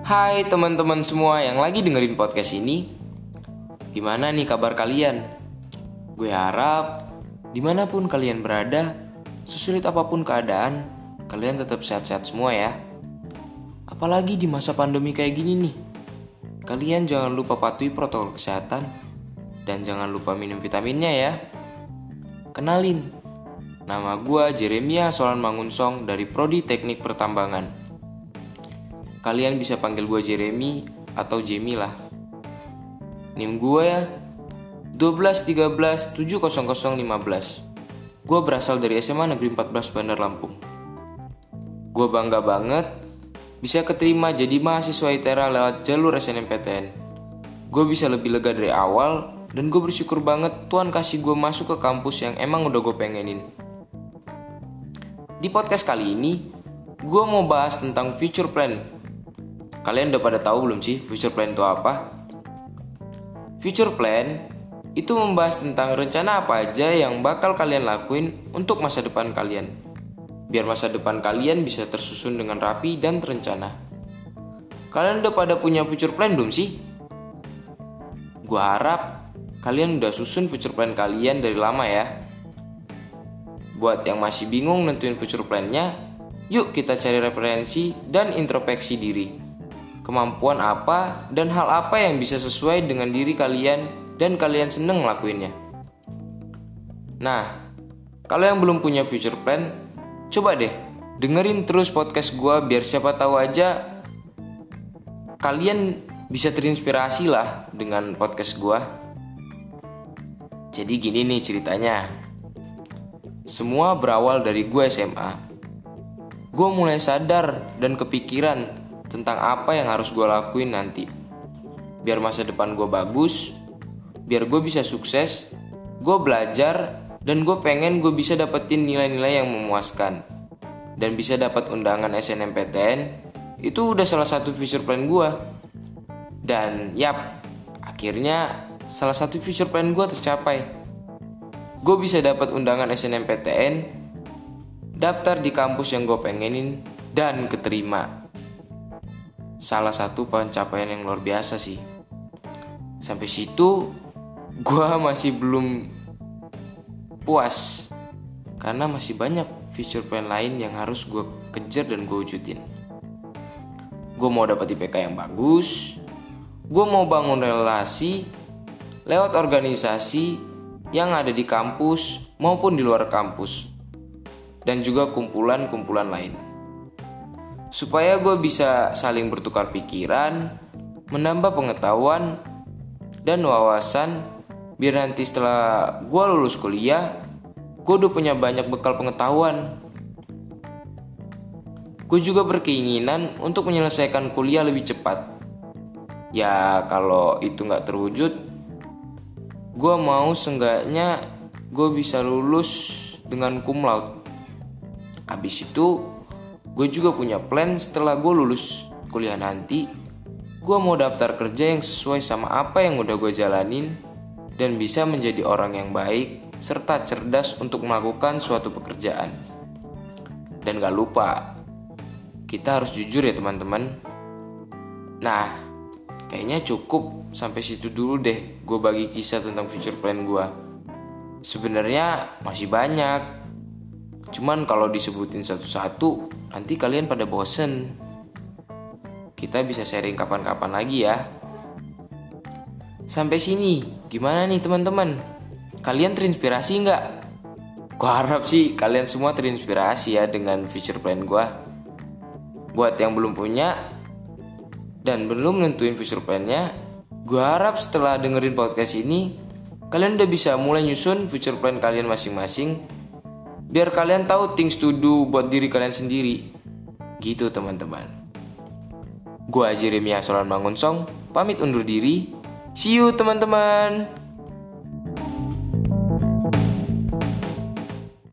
Hai teman-teman semua yang lagi dengerin podcast ini. Gimana nih kabar kalian? Gue harap dimanapun kalian berada, sesulit apapun keadaan, kalian tetap sehat-sehat semua ya. Apalagi di masa pandemi kayak gini nih. Kalian jangan lupa patuhi protokol kesehatan dan jangan lupa minum vitaminnya ya. Kenalin, nama gue Jeremia Solan Mangunsong dari Prodi Teknik Pertambangan. Kalian bisa panggil gue Jeremy atau Jamie lah. NIM gue ya 1213700015. Gue berasal dari SMA Negeri 14 Bandar Lampung. Gue bangga banget bisa keterima jadi mahasiswa ITERA lewat jalur SNMPTN. Gue bisa lebih lega dari awal dan gue bersyukur banget Tuhan kasih gue masuk ke kampus yang emang udah gue pengenin. Di podcast kali ini, gue mau bahas tentang future plan. Kalian udah pada tahu belum sih future plan itu apa? Future plan itu membahas tentang rencana apa aja yang bakal kalian lakuin untuk masa depan kalian. Biar masa depan kalian bisa tersusun dengan rapi dan terencana. Kalian udah pada punya future plan belum sih? Gua harap kalian udah susun future plan kalian dari lama ya. Buat yang masih bingung nentuin future plan-nya, yuk kita cari referensi dan introspeksi diri. Kemampuan apa dan hal apa yang bisa sesuai dengan diri kalian dan kalian seneng ngelakuinnya. Nah, kalau yang belum punya future plan, coba deh dengerin terus podcast gue biar siapa tahu aja kalian bisa terinspirasi lah dengan podcast gue. Jadi gini nih ceritanya. Semua berawal dari gue SMA. Gue mulai sadar dan kepikiran tentang apa yang harus gue lakuin nanti. Biar masa depan gue bagus, biar gue bisa sukses, gue belajar, dan gue pengen gue bisa dapetin nilai-nilai yang memuaskan. Dan bisa dapat undangan SNMPTN, itu udah salah satu future plan gue. Dan akhirnya salah satu future plan gue tercapai. Gue bisa dapat undangan SNMPTN, daftar di kampus yang gue pengenin, dan keterima. Salah satu pencapaian yang luar biasa sih. Sampai situ gue masih belum puas, karena masih banyak future plan lain yang harus gue kejar dan gue wujudin. Gue mau dapat IPK yang bagus, gue mau bangun relasi lewat organisasi yang ada di kampus maupun di luar kampus, dan juga kumpulan-kumpulan lain. Supaya gue bisa saling bertukar pikiran, menambah pengetahuan dan wawasan, biar nanti setelah gue lulus kuliah, gue udah punya banyak bekal pengetahuan. Gue juga berkeinginan untuk menyelesaikan kuliah lebih cepat. Ya kalau itu gak terwujud, gue mau seenggaknya gue bisa lulus dengan cum laude. Abis itu gue juga punya plan setelah gue lulus kuliah nanti, gue mau daftar kerja yang sesuai sama apa yang udah gue jalanin dan bisa menjadi orang yang baik serta cerdas untuk melakukan suatu pekerjaan. Dan gak lupa, kita harus jujur ya teman-teman. Nah, kayaknya cukup sampai situ dulu deh gue bagi kisah tentang future plan gue. Sebenarnya masih banyak, cuman kalau disebutin satu-satu nanti kalian pada bosen. Kita bisa sharing kapan-kapan lagi ya. Sampai sini gimana nih teman-teman? Kalian terinspirasi nggak? Gua harap sih kalian semua terinspirasi ya dengan future plan gua. Buat yang belum punya dan belum nentuin future plan-nya, gua harap setelah dengerin podcast ini kalian udah bisa mulai nyusun future plan kalian masing-masing, biar kalian tahu things to do buat diri kalian sendiri. Gitu teman-teman. Gua Jeremia Solan Mangunsong pamit undur diri. See you teman-teman.